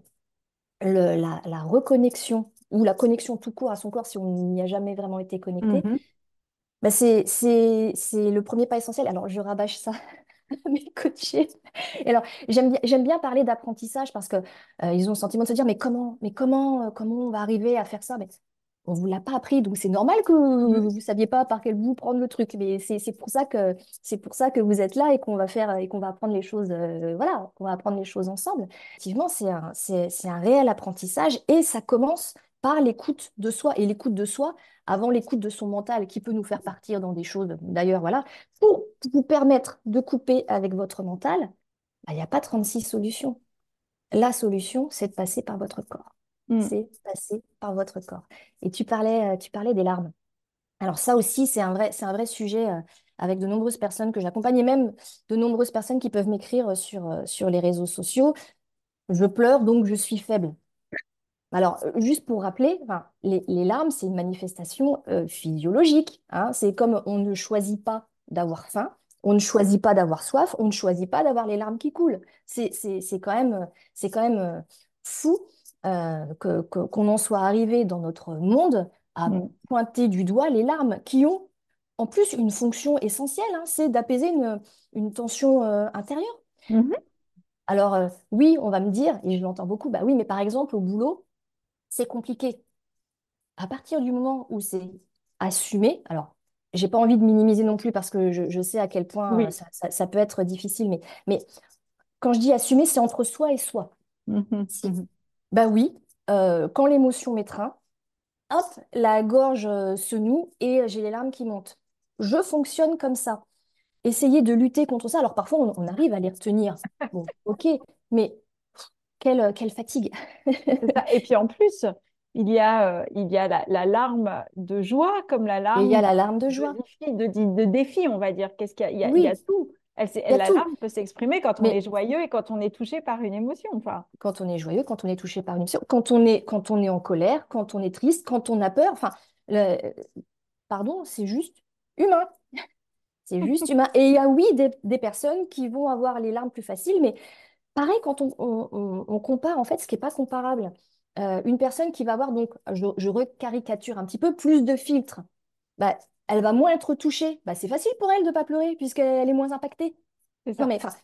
B: la reconnexion ou la connexion tout court à son corps si on n'y a jamais vraiment été connecté,
A: Mhm.
B: bah c'est le premier pas essentiel. Alors, je rabâche ça à mes coachés. Et alors, j'aime bien parler d'apprentissage parce que ils ont le sentiment de se dire, comment on va arriver à faire ça? Mais on vous l'a pas appris, donc c'est normal que
A: Mhm.
B: vous ne saviez pas par quel bout prendre le truc. Mais c'est pour ça que vous êtes là et qu'on va faire et qu'on va apprendre les choses, voilà, qu'on va apprendre les choses ensemble. Effectivement, c'est un réel apprentissage et ça commence par l'écoute de soi et l'écoute de soi avant l'écoute de son mental qui peut nous faire partir dans des choses. D'ailleurs, voilà, pour vous permettre de couper avec votre mental, bah, il n'y a pas 36 solutions. La solution, c'est de passer par votre corps.
A: Mm.
B: c'est passé par votre corps. Et tu parlais des larmes. Alors ça aussi, c'est un vrai sujet avec de nombreuses personnes que j'accompagne et même de nombreuses personnes qui peuvent m'écrire sur les réseaux sociaux. Je pleure, donc je suis faible. Alors, juste pour rappeler, enfin, les larmes, c'est une manifestation physiologique, hein. C'est comme on ne choisit pas d'avoir faim, on ne choisit pas d'avoir soif, on ne choisit pas d'avoir les larmes qui coulent. C'est quand même fou qu'on en soit arrivé dans notre monde à
A: Mm.
B: pointer du doigt les larmes qui ont en plus une fonction essentielle, hein, c'est d'apaiser une tension intérieure.
A: Mhm.
B: Alors, oui, on va me dire, et je l'entends beaucoup, bah oui, mais par exemple, au boulot, c'est compliqué. À partir du moment où c'est assumé, alors, j'ai pas envie de minimiser non plus parce que je sais à quel point
A: Oui.
B: ça peut être difficile, mais quand je dis assumer, c'est entre soi et soi.
A: Mhm.
B: Si,
A: Mhm.
B: bah oui, quand l'émotion m'étreint, hop, la gorge se noue et j'ai les larmes qui montent. Je fonctionne comme ça. Essayer de lutter contre ça. Alors parfois, on arrive à les retenir. Bon, ok, mais quelle fatigue.
A: C'est ça. Et puis en plus, il y a la larme de joie comme la
B: Et il y a
A: larme
B: la larme de
A: de
B: joie.
A: de défi, on va dire. Qu'est-ce qu'il y a? Il y a
B: Oui,
A: tout.
B: il y a
A: La
B: tout.
A: larme peut s'exprimer quand on est
B: Mais
A: joyeux et quand on est touché par une émotion. Enfin,
B: quand on est joyeux, quand on est touché par une émotion, quand on est en colère, quand on est triste, quand on a peur, enfin, le- pardon, c'est juste humain. C'est juste humain. Et il y a, oui, des personnes qui vont avoir les larmes plus faciles, mais pareil, quand on compare, en fait, ce qui n'est pas comparable, une personne qui va avoir, donc, je recaricature un petit peu, plus de filtres, bah, elle va moins être touchée. Bah, c'est facile pour elle de ne pas pleurer puisqu'elle est moins impactée.
A: c'est
B: Non,
A: ça.
B: mais enfin,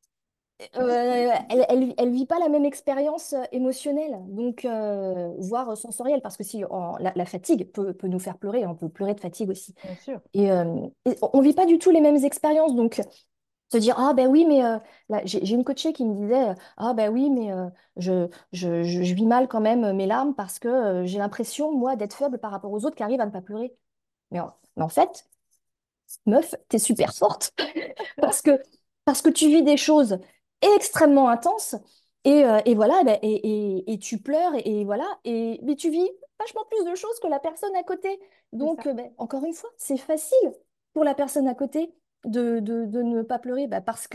B: elle vit pas la même expérience émotionnelle, donc voire sensorielle, parce que si la fatigue peut nous faire pleurer, on peut pleurer de fatigue aussi.
A: Bien sûr.
B: Et on vit pas du tout les mêmes expériences, donc se dire ah ben oui mais là, j'ai une coachée qui me disait ah ben oui mais je vis mal quand même mes larmes parce que j'ai l'impression moi d'être faible par rapport aux autres qui arrivent à ne pas pleurer. Mais en fait, meuf, t'es super forte parce que, parce que tu vis des choses extrêmement intenses et voilà, ben, et tu pleures et voilà, mais tu vis vachement plus de choses que la personne à côté.
A: C'est
B: Donc,
A: ça.
B: ben, encore une fois, c'est facile pour la personne à côté de ne pas pleurer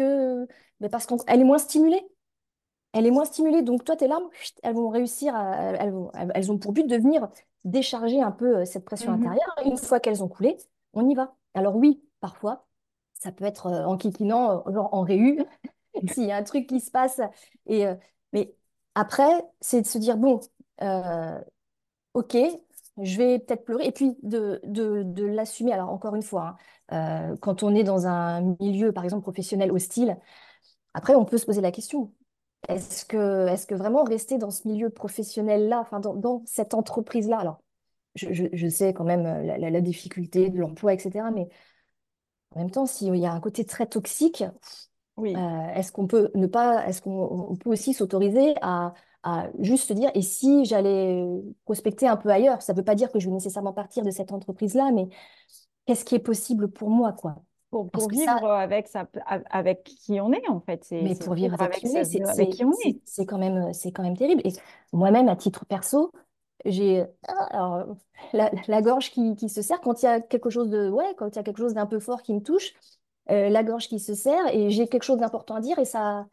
B: parce qu'elle est moins stimulée. Elle est moins stimulée, donc toi, tes larmes, chut, elles vont réussir elles ont pour but de venir décharger un peu cette pression
A: Mhm.
B: intérieure. Et une fois qu'elles ont coulé, on y va. Alors oui, parfois, ça peut être en kikinant, genre en réu, s'il y a un truc qui se passe. Et, mais après, c'est de se dire, bon, euh, ok, je vais peut-être pleurer. Et puis de l'assumer. Alors encore une fois, hein, quand on est dans un milieu, par exemple, professionnel hostile, après, on peut se poser la question. Est-ce que vraiment rester dans ce milieu professionnel-là, enfin dans cette entreprise-là, alors je sais quand même la difficulté de l'emploi, etc. Mais en même temps, s'il y a un côté très toxique,
A: Oui.
B: est-ce qu'on peut ne pas, est-ce qu'on peut aussi s'autoriser à juste se dire, et si j'allais prospecter un peu ailleurs, ça ne veut pas dire que je vais nécessairement partir de cette entreprise-là, mais qu'est-ce qui est possible pour moi, quoi? Parce
A: Pour
B: que ça,
A: vivre avec qui on est, en fait.
B: mais
A: C'est
B: pour vivre
A: vivre
B: avec qui on est, c'est
A: avec
B: c'est-
A: qui on
B: c'est-
A: est.
B: c'est quand même terrible. Et moi-même, à titre perso, j'ai alors, la gorge qui se serre quand il y a quelque chose quand il y a quelque chose d'un peu fort qui me touche, la gorge qui se serre et j'ai quelque chose d'important à dire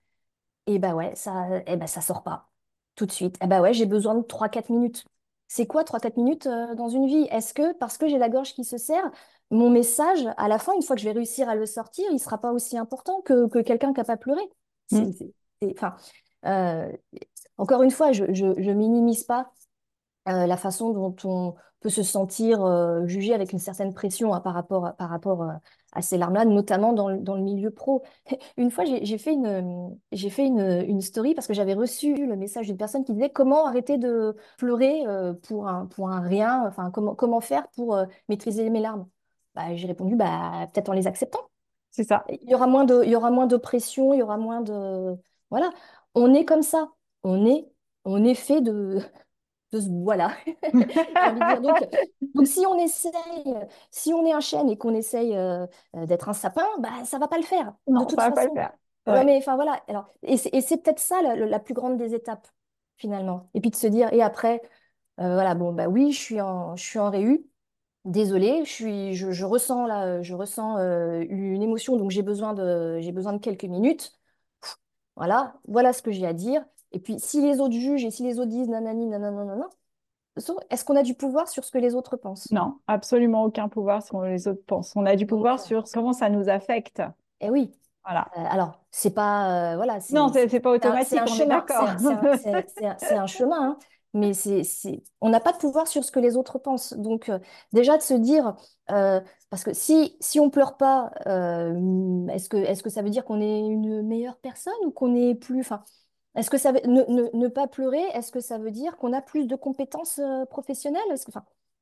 B: et bah ouais, ça sort pas tout de suite. Et bah ouais, j'ai besoin de 3 4 minutes. C'est quoi 3 4 minutes dans une vie? Est-ce que parce que j'ai la gorge qui se serre, mon message, à la fin, une fois que je vais réussir à le sortir, il sera pas aussi important que quelqu'un qui n'a pas pleuré?
A: Mm.
B: Enfin, euh, encore une fois, je minimise pas la façon dont on peut se sentir jugé avec une certaine pression hein, par rapport à ces larmes-là, notamment dans le milieu pro. Une fois, j'ai fait une story parce que j'avais reçu le message d'une personne qui disait comment arrêter de pleurer pour un rien, enfin comment faire pour maîtriser mes larmes. Bah, j'ai répondu bah, peut-être en les acceptant.
A: C'est ça.
B: Il y aura moins de pression, il y aura moins de... Voilà, on est comme ça. On est fait de ce bois-là, j'ai envie de dire. Donc si on est un chêne et qu'on essaye d'être un sapin, bah, ça va pas le faire, de
A: Non,
B: toute
A: ça va pas le
B: façon.
A: faire.
B: Non,
A: Ouais.
B: mais enfin voilà. Alors, et c'est peut-être ça la plus grande des étapes. finalement. Et puis de se dire, et après, voilà, bon, bah oui, je suis en réu. Désolée, je ressens une émotion, donc j'ai besoin de quelques minutes. Voilà, voilà ce que j'ai à dire. Et puis, si les autres jugent et si les autres disent nanani, nanana, nanana, est-ce qu'on a du pouvoir sur ce que les autres pensent?
A: Non, absolument aucun pouvoir sur les autres pensent. On a du
B: Donc,
A: pouvoir sur comment ça nous affecte.
B: eh oui.
A: Voilà.
B: Alors, c'est pas, voilà,
A: Non, c'est pas
B: c'est un
A: automatique, on est
B: chemin,
A: d'accord.
B: c'est un chemin, hein, mais on n'a pas de pouvoir sur ce que les autres pensent. Donc, déjà de se dire, euh, parce que si on pleure pas, est-ce que ça veut dire qu'on est une meilleure personne ou qu'on est plus, enfin, est-ce que ça veut, ne pas pleurer, est-ce que ça veut dire qu'on a plus de compétences, professionnelles? Enfin,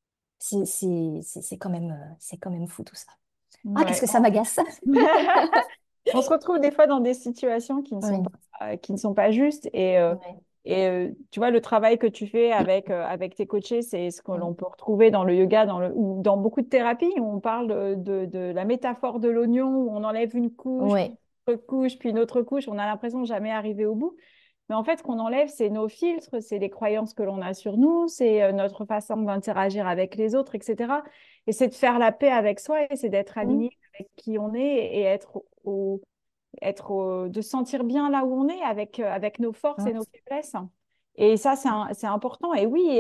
B: c'est quand même fou tout ça. Ah, qu'est-ce
A: Ouais.
B: que ça m'agace!
A: On se retrouve des fois dans des situations
B: Ouais,
A: qui ne sont pas justes.
B: ouais,
A: Tu vois, le travail que tu fais avec tes coachés, c'est ce que
B: ouais,
A: l'on peut retrouver dans le yoga, ou dans beaucoup de thérapies, où on parle de la métaphore de l'oignon, où on enlève une couche, puis
B: ouais.
A: une autre couche, puis une autre couche. On a l'impression de jamais arriver au bout. Mais en fait, ce qu'on enlève, c'est nos filtres, c'est les croyances que l'on a sur nous, c'est notre façon d'interagir avec les autres, etc. Et c'est de faire la paix avec soi et c'est d'être
B: Mm.
A: aligné avec qui on est et de sentir bien là où on est avec nos forces et
B: Mm.
A: nos faiblesses. Et ça, c'est important. Et oui,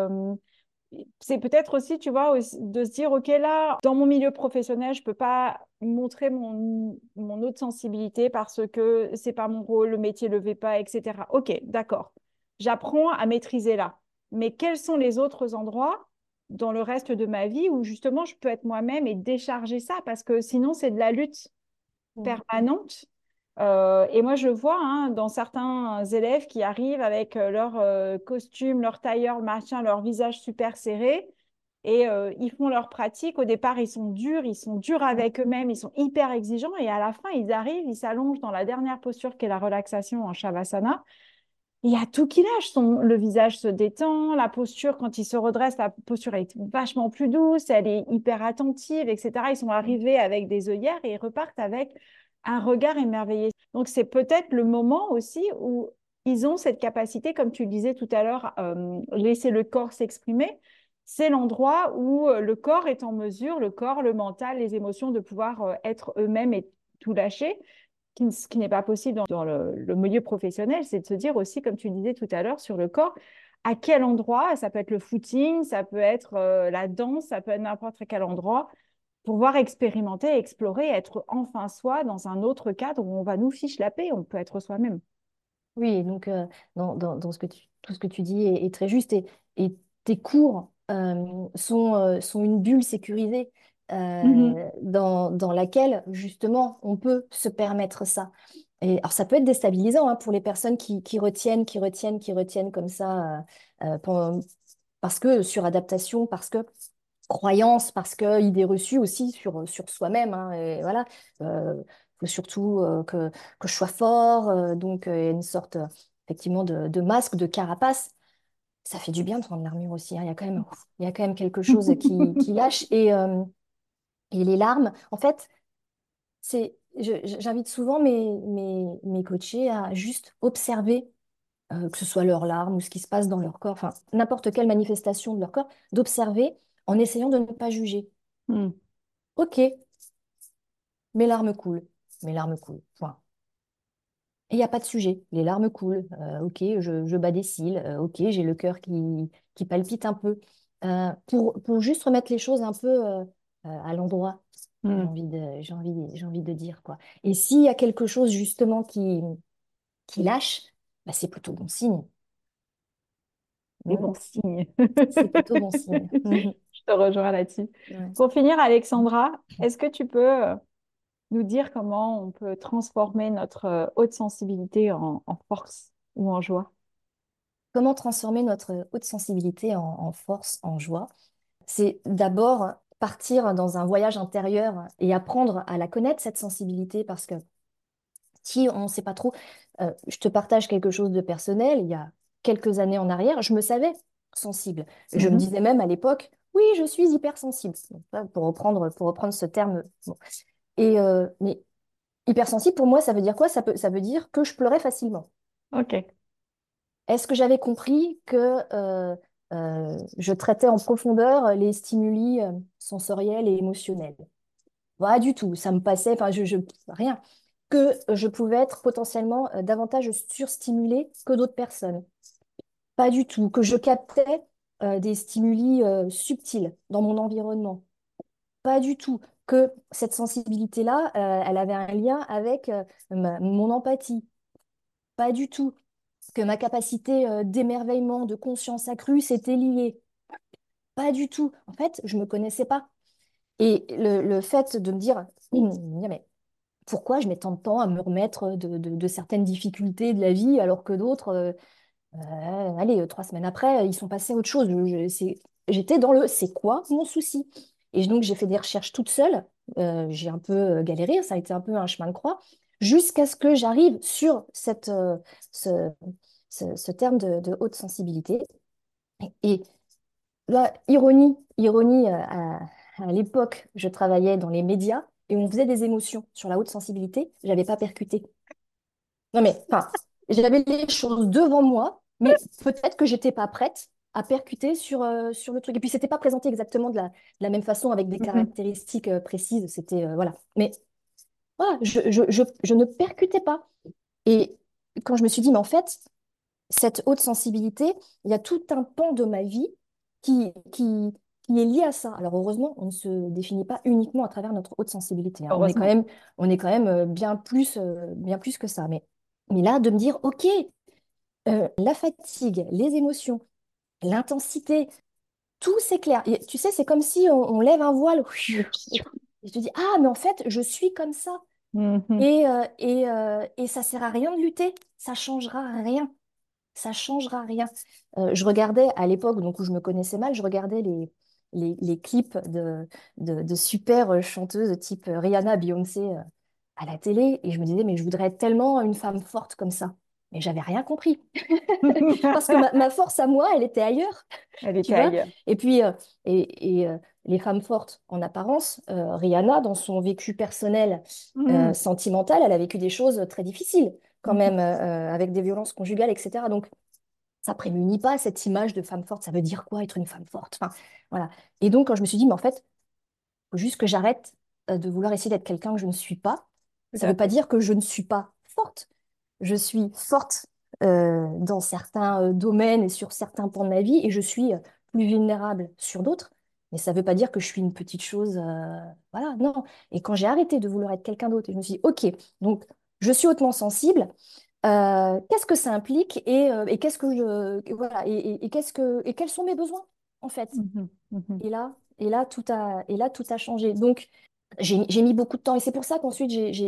A: c'est peut-être aussi, tu vois, de se dire, OK, là, dans mon milieu professionnel, je peux pas montrer mon autre sensibilité parce que c'est pas mon rôle, le métier ne le fait pas, etc. OK, d'accord. J'apprends à maîtriser là. Mais quels sont les autres endroits dans le reste de ma vie où justement je peux être moi-même et décharger ça parce que sinon, c'est de la lutte
B: Mm.
A: permanente. Et moi, je vois hein, dans certains élèves qui arrivent avec leur costume, leur tailleur, machin, leur visage super serré, et ils font leur pratique. Au départ, ils sont durs avec eux-mêmes, ils sont hyper exigeants, et à la fin, ils arrivent, ils s'allongent dans la dernière posture qui est la relaxation en Shavasana. Il y a tout qui lâche. Le visage se détend, la posture, quand il se redresse, la posture est vachement plus douce, elle est hyper attentive, etc. Ils sont arrivés avec des œillères et ils repartent avec un regard émerveillé. Donc, c'est peut-être le moment aussi où ils ont cette capacité, comme tu le disais tout à l'heure, laisser le corps s'exprimer. C'est l'endroit où le corps est en mesure, le corps, le mental, les émotions, de pouvoir être eux-mêmes et tout lâcher ce qui n'est pas possible dans le milieu professionnel, c'est de se dire aussi, comme tu disais tout à l'heure, sur le corps, à quel endroit, ça peut être le footing, ça peut être la danse, ça peut être n'importe quel endroit, pouvoir expérimenter, explorer, être enfin soi dans un autre cadre où on va nous fiche la paix, on peut être soi-même.
B: Oui, donc dans tout ce que tu dis est très juste et tes cours sont une bulle sécurisée
A: Mhm.
B: dans laquelle justement on peut se permettre ça. Et alors ça peut être déstabilisant hein, pour les personnes qui retiennent comme ça parce que suradaptation, parce que croyances, parce que idées reçues aussi sur soi-même. Hein, et voilà, faut surtout que je sois fort. Donc, il y a une sorte effectivement de masque, de carapace. Ça fait du bien de prendre l'armure aussi. Hein. Il y a quand même quelque chose qui lâche. Et les larmes, en fait, j'invite souvent mes coachés à juste observer, que ce soit leurs larmes ou ce qui se passe dans leur corps, enfin, n'importe quelle manifestation de leur corps, d'observer en essayant de ne pas juger.
A: Mm.
B: Ok, mes larmes coulent. Mes larmes coulent. Point. Et il n'y a pas de sujet. Les larmes coulent. Ok, je bats des cils. Ok, j'ai le cœur qui palpite un peu. Pour juste remettre les choses un peu à l'endroit,
A: Mm.
B: j'ai envie de dire, quoi. Et s'il y a quelque chose justement qui lâche, bah, c'est plutôt bon signe.
A: C'est
B: Mm.
A: bon signe.
B: C'est plutôt bon signe. Mhm.
A: Je te rejoins là-dessus.
B: Ouais.
A: Pour finir, Alexandra, est-ce que tu peux nous dire comment on peut transformer notre haute sensibilité en force ou en joie?
B: Comment transformer notre haute sensibilité en force, en joie? C'est d'abord partir dans un voyage intérieur et apprendre à la connaître, cette sensibilité, parce que si on ne sait pas trop, je te partage quelque chose de personnel, il y a quelques années en arrière, je me savais sensible. Je me
A: Mhm.
B: disais même à l'époque, oui, je suis hypersensible, donc, pour reprendre ce terme. Bon. Mais hypersensible, pour moi, ça veut dire quoi? Ça veut dire que je pleurais facilement.
A: Ok.
B: est-ce que j'avais compris que je traitais en profondeur les stimuli sensoriels et émotionnels? Pas du tout, ça me passait, enfin, rien. Que je pouvais être potentiellement davantage surstimulée que d'autres personnes. Pas du tout. Que je captais des stimuli subtils dans mon environnement. Pas du tout. Que cette sensibilité-là, elle avait un lien avec mon empathie. Pas du tout. Que ma capacité d'émerveillement, de conscience accrue, c'était lié. Pas du tout. En fait, je me connaissais pas. Et le fait de me dire, mais pourquoi je mets tant de temps à me remettre de certaines difficultés de la vie alors que d'autres, allez, 3 semaines après, ils sont passés à autre chose. J'étais dans le c'est quoi mon souci? Et donc j'ai fait des recherches toute seule. J'ai un peu galéré, ça a été un peu un chemin de croix, jusqu'à ce que j'arrive sur ce, ce terme de haute sensibilité. Et là, ironie, à l'époque, je travaillais dans les médias et on faisait des émotions sur la haute sensibilité. J'avais pas percuté. Non, mais enfin, j'avais les choses devant moi, mais peut-être que j'étais pas prête à percuter sur le truc. Et puis, c'était pas présenté exactement de la même façon avec des
A: Mhm.
B: caractéristiques précises. C'était, voilà. Mais voilà, je ne percutais pas. Et quand je me suis dit, mais en fait, cette haute sensibilité, il y a tout un pan de ma vie qui est lié à ça. Alors heureusement, on ne se définit pas uniquement à travers notre haute sensibilité, hein.
A: Heureusement.
B: On est quand même bien plus que ça. Mais là, de me dire, OK, la fatigue, les émotions, l'intensité, tout s'éclaire. Et tu sais, c'est comme si on lève un voile. Et je te dis, ah, mais en fait, je suis comme ça.
A: Mhm.
B: Et ça sert à rien de lutter. Ça changera rien. Ça changera rien. Je regardais à l'époque, donc où je me connaissais mal, je regardais les clips de super chanteuses type Rihanna, Beyoncé à la télé, et je me disais, mais je voudrais être tellement une femme forte comme ça. Mais j'avais rien compris. Parce que ma force à moi, elle était ailleurs,
A: Elle
B: tu
A: était
B: vois.
A: ailleurs.
B: Et puis, les femmes fortes en apparence, Rihanna, dans son vécu personnel,
A: Mhm.
B: sentimental, elle a vécu des choses très difficiles quand
A: Mhm.
B: même, avec des violences conjugales, etc. Donc, ça prémunit pas cette image de femme forte. Ça veut dire quoi être une femme forte? Enfin, voilà. Et donc, quand je me suis dit, mais en fait, faut juste que j'arrête de vouloir essayer d'être quelqu'un que je ne suis pas.
A: Tout
B: Ça ne
A: à
B: veut pas
A: fait.
B: dire que je ne suis pas forte. Je suis forte dans certains domaines et sur certains pans de ma vie, et je suis plus vulnérable sur d'autres. Mais ça ne veut pas dire que je suis une petite chose. Voilà, non. Et quand j'ai arrêté de vouloir être quelqu'un d'autre, et je me suis dit, OK, donc je suis hautement sensible. Qu'est-ce que ça implique et qu'est-ce que je voilà et quels sont mes besoins en fait?
A: Mhm. Mhm.
B: Et là tout a changé. Donc j'ai mis beaucoup de temps et c'est pour ça qu'ensuite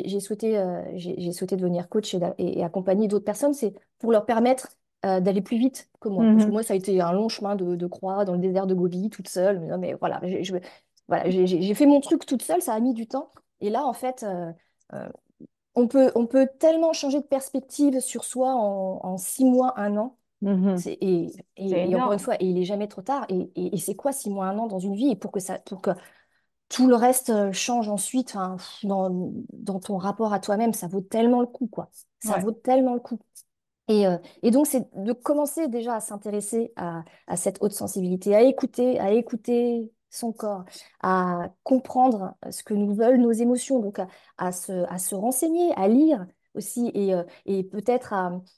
B: j'ai souhaité devenir coach et accompagner d'autres personnes. C'est pour leur permettre d'aller plus vite que moi. Parce que
A: Mhm.
B: moi ça a été un long chemin de croix dans le désert de Gobi toute seule. Mais, non, mais voilà, voilà, j'ai fait mon truc toute seule. Ça a mis du temps. Et là en fait. Euh, on peut tellement changer de perspective sur soi en 6 mois, un an.
A: Mhm. C'est
B: Et encore une
A: énorme.
B: fois, et il est jamais trop tard. Et c'est quoi 6 mois, un an dans une vie? Et pour que tout le reste change ensuite, enfin, dans ton rapport à toi-même, ça vaut tellement le coup, quoi. Ça
A: Ouais.
B: vaut tellement le coup. Et donc, c'est de commencer déjà à s'intéresser à cette haute sensibilité, à écouter son corps, à comprendre ce que nous veulent nos émotions, donc à se renseigner, à lire aussi, et peut-être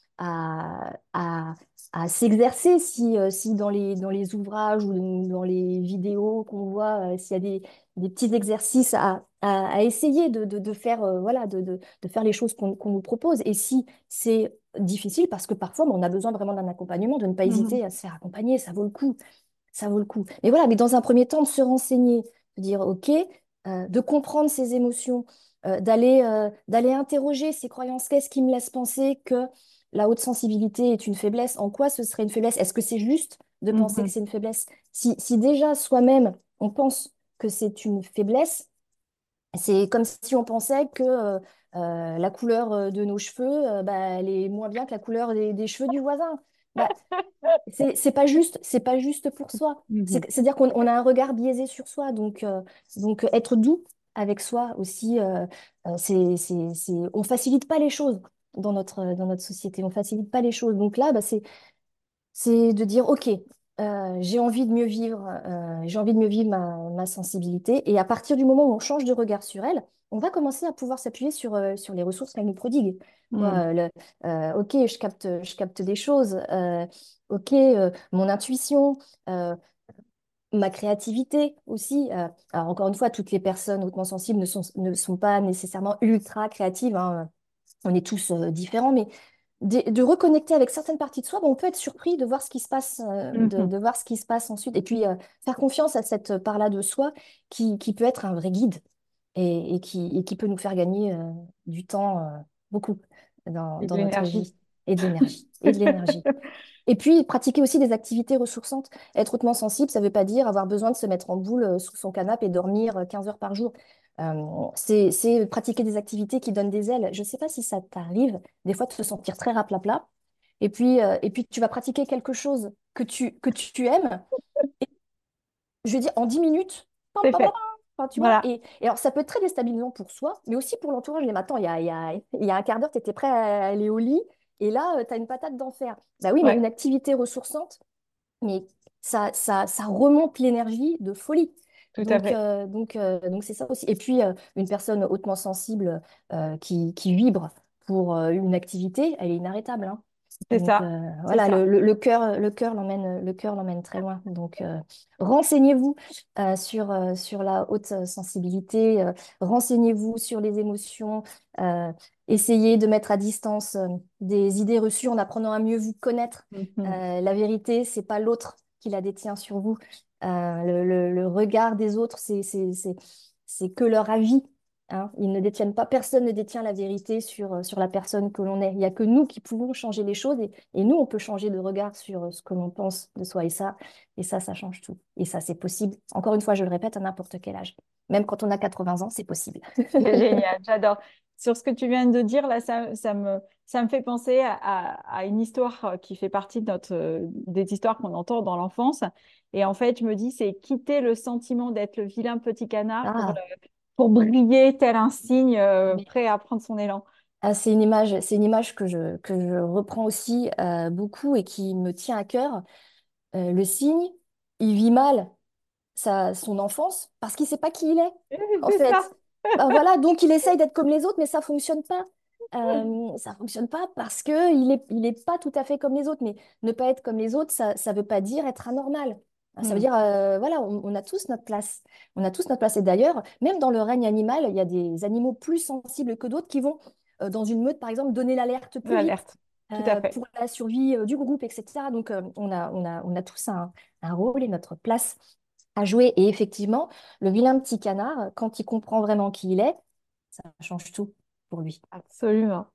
B: à, à s'exercer si dans les ouvrages ou dans les vidéos qu'on voit, s'il y a des petits exercices à essayer de faire, voilà, de faire les choses qu'on nous propose. Et si c'est difficile parce que parfois, on a besoin vraiment d'un accompagnement, de ne pas
A: Mhm.
B: hésiter à se faire accompagner, ça vaut le coup, ça vaut le coup. Mais voilà, mais dans un premier temps, de se renseigner, de dire, OK, de comprendre ses émotions, d'aller interroger ses croyances, qu'est-ce qui me laisse penser que la haute sensibilité est une faiblesse? En quoi ce serait une faiblesse? Est-ce que c'est juste de penser que
A: Mhm.
B: c'est une faiblesse? Si déjà soi-même, on pense que c'est une faiblesse, c'est comme si on pensait que la couleur de nos cheveux, bah, elle est moins bien que la couleur des cheveux du voisin. Bah, c'est pas juste pour soi.
A: Mhm.
B: C'est-à-dire qu'on on a un regard biaisé sur soi. Donc être doux avec soi aussi, on facilite pas les choses dans notre société. On facilite pas les choses. Donc là, bah, c'est de dire, OK, j'ai envie de mieux vivre, j'ai envie de mieux vivre ma sensibilité. Et à partir du moment où on change de regard sur elle, on va commencer à pouvoir s'appuyer sur les ressources qu'elle nous prodigue.
A: Hmm.
B: Quoi, OK, je capte des choses. OK, mon intuition, euh, ma créativité aussi. Alors encore une fois, toutes les personnes hautement sensibles ne sont pas nécessairement ultra créatives, hein. On est tous différents, mais de reconnecter avec certaines parties de soi, ben, on peut être surpris de voir ce qui se passe,
A: Mhm.
B: de voir ce qui se passe ensuite. Et puis, faire confiance à cette part-là de soi qui peut être un vrai guide et qui peut nous faire gagner du temps, beaucoup, dans,
A: Et de
B: dans notre
A: l'énergie.
B: vie. Et de l'énergie. Et de l'énergie. Et puis, pratiquer aussi des activités ressourçantes. Être hautement sensible, ça ne veut pas dire avoir besoin de se mettre en boule sous son canapé et dormir 15 heures par jour. C'est pratiquer des activités qui donnent des ailes. Je ne sais pas si ça t'arrive, des fois, de te sentir très raplapla. Et puis, tu vas pratiquer quelque chose que tu aimes. Je veux dire, en 10 minutes, pam,
A: C'est
B: pam, pam,
A: fait.
B: pam, enfin, tu vois.
A: Voilà.
B: Et alors, ça peut être très déstabilisant pour soi, mais aussi pour l'entourage. Mais attends, il y a un quart d'heure, tu étais prêt à aller au lit, et là, tu as une patate d'enfer. Bah oui, mais
A: Ouais,
B: une activité ressourçante, mais ça remonte l'énergie de folie.
A: tout à
B: Donc,
A: fait.
B: c'est ça aussi. Et puis, une personne hautement sensible qui vibre pour une activité, elle est inarrêtable, hein.
A: C'est
B: Donc,
A: ça. C'est
B: voilà,
A: ça.
B: le cœur l'emmène très loin. Donc, renseignez-vous sur la haute sensibilité, renseignez-vous sur les émotions, euh, essayez de mettre à distance des idées reçues en apprenant à mieux vous connaître.
A: Mhm.
B: La vérité, c'est pas l'autre qui la détient sur vous. Le regard des autres, c'est que leur avis, hein. Ils ne détiennent pas, personne ne détient la vérité sur la personne que l'on est. Il n'y a que nous qui pouvons changer les choses et nous, on peut changer de regard sur ce que l'on pense de soi. Et ça change tout. Et ça, c'est possible. Encore une fois, je le répète, à n'importe quel âge. Même quand on a 80 ans, c'est possible.
A: C'est génial, j'adore. Sur ce que tu viens de dire, là, ça me fait penser à une histoire qui fait partie des histoires qu'on entend dans l'enfance. Et en fait, je me dis, c'est quitter le sentiment d'être le vilain petit canard
B: Ah,
A: pour briller tel un cygne prêt à prendre son élan.
B: ah, c'est une image que je reprends aussi beaucoup et qui me tient à cœur. Le cygne, il vit mal son enfance parce qu'il sait pas qui il est, en
A: C'est ça.
B: fait. Ben voilà, donc il essaye d'être comme les autres, mais ça fonctionne pas. Ça fonctionne pas parce que il est pas tout à fait comme les autres. Mais ne pas être comme les autres, ça veut pas dire être anormal. Ça veut
A: Hmm.
B: dire, voilà, on a tous notre place. On a tous notre place. Et d'ailleurs, même dans le règne animal, il y a des animaux plus sensibles que d'autres qui vont, dans une meute, par exemple, donner l'alerte plus vite
A: L'alerte. Tout à fait.
B: pour la survie du groupe, etc. Donc, on a tous un rôle et notre place à jouer. Et effectivement, le vilain petit canard, quand il comprend vraiment qui il est, ça change tout pour lui.
A: Absolument.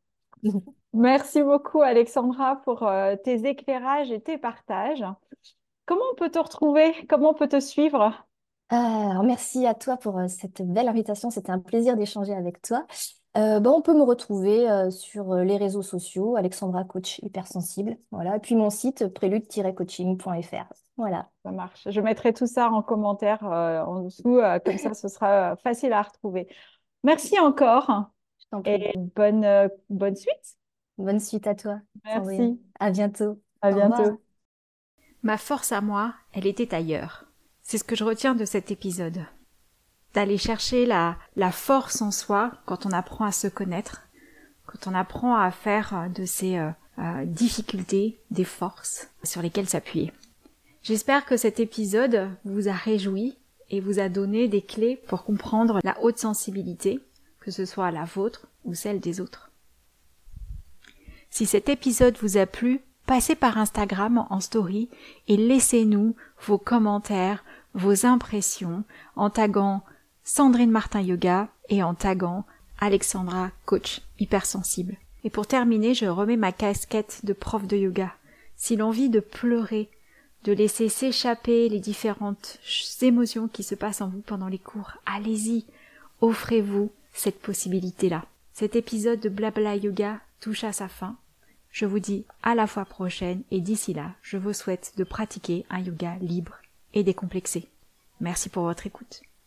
A: Merci beaucoup, Alexandra, pour tes éclairages et tes partages. Comment on peut te retrouver? Comment on peut te suivre?
B: Alors, merci à toi pour cette belle invitation. C'était un plaisir d'échanger avec toi. On peut me retrouver sur les réseaux sociaux, Alexandra Coach Hypersensible. Voilà. Et puis mon site, prélude-coaching.fr. Voilà,
A: Ça marche. Je mettrai tout ça en commentaire en dessous, comme ça ce sera facile à retrouver. Merci encore
B: je t'en prie.
A: et bonne suite.
B: Bonne suite à toi, Sandrine.
A: Merci.
B: À bientôt.
A: À
B: Au revoir.
A: bientôt. Ma force à moi, elle était ailleurs. C'est ce que je retiens de cet épisode. D'aller chercher la force en soi quand on apprend à se connaître, quand on apprend à faire de ces difficultés des forces sur lesquelles s'appuyer. J'espère que cet épisode vous a réjoui et vous a donné des clés pour comprendre la haute sensibilité, que ce soit la vôtre ou celle des autres. Si cet épisode vous a plu, passez par Instagram en story et laissez-nous vos commentaires, vos impressions en taguant Sandrine Martin Yoga et en taguant Alexandra Coach Hypersensible. Et pour terminer, je remets ma casquette de prof de yoga. Si l'envie de pleurer, de laisser s'échapper les différentes émotions qui se passent en vous pendant les cours, allez-y, offrez-vous cette possibilité-là. Cet épisode de Blabla Yoga touche à sa fin. Je vous dis à la fois prochaine et d'ici là, je vous souhaite de pratiquer un yoga libre et décomplexé. Merci pour votre écoute.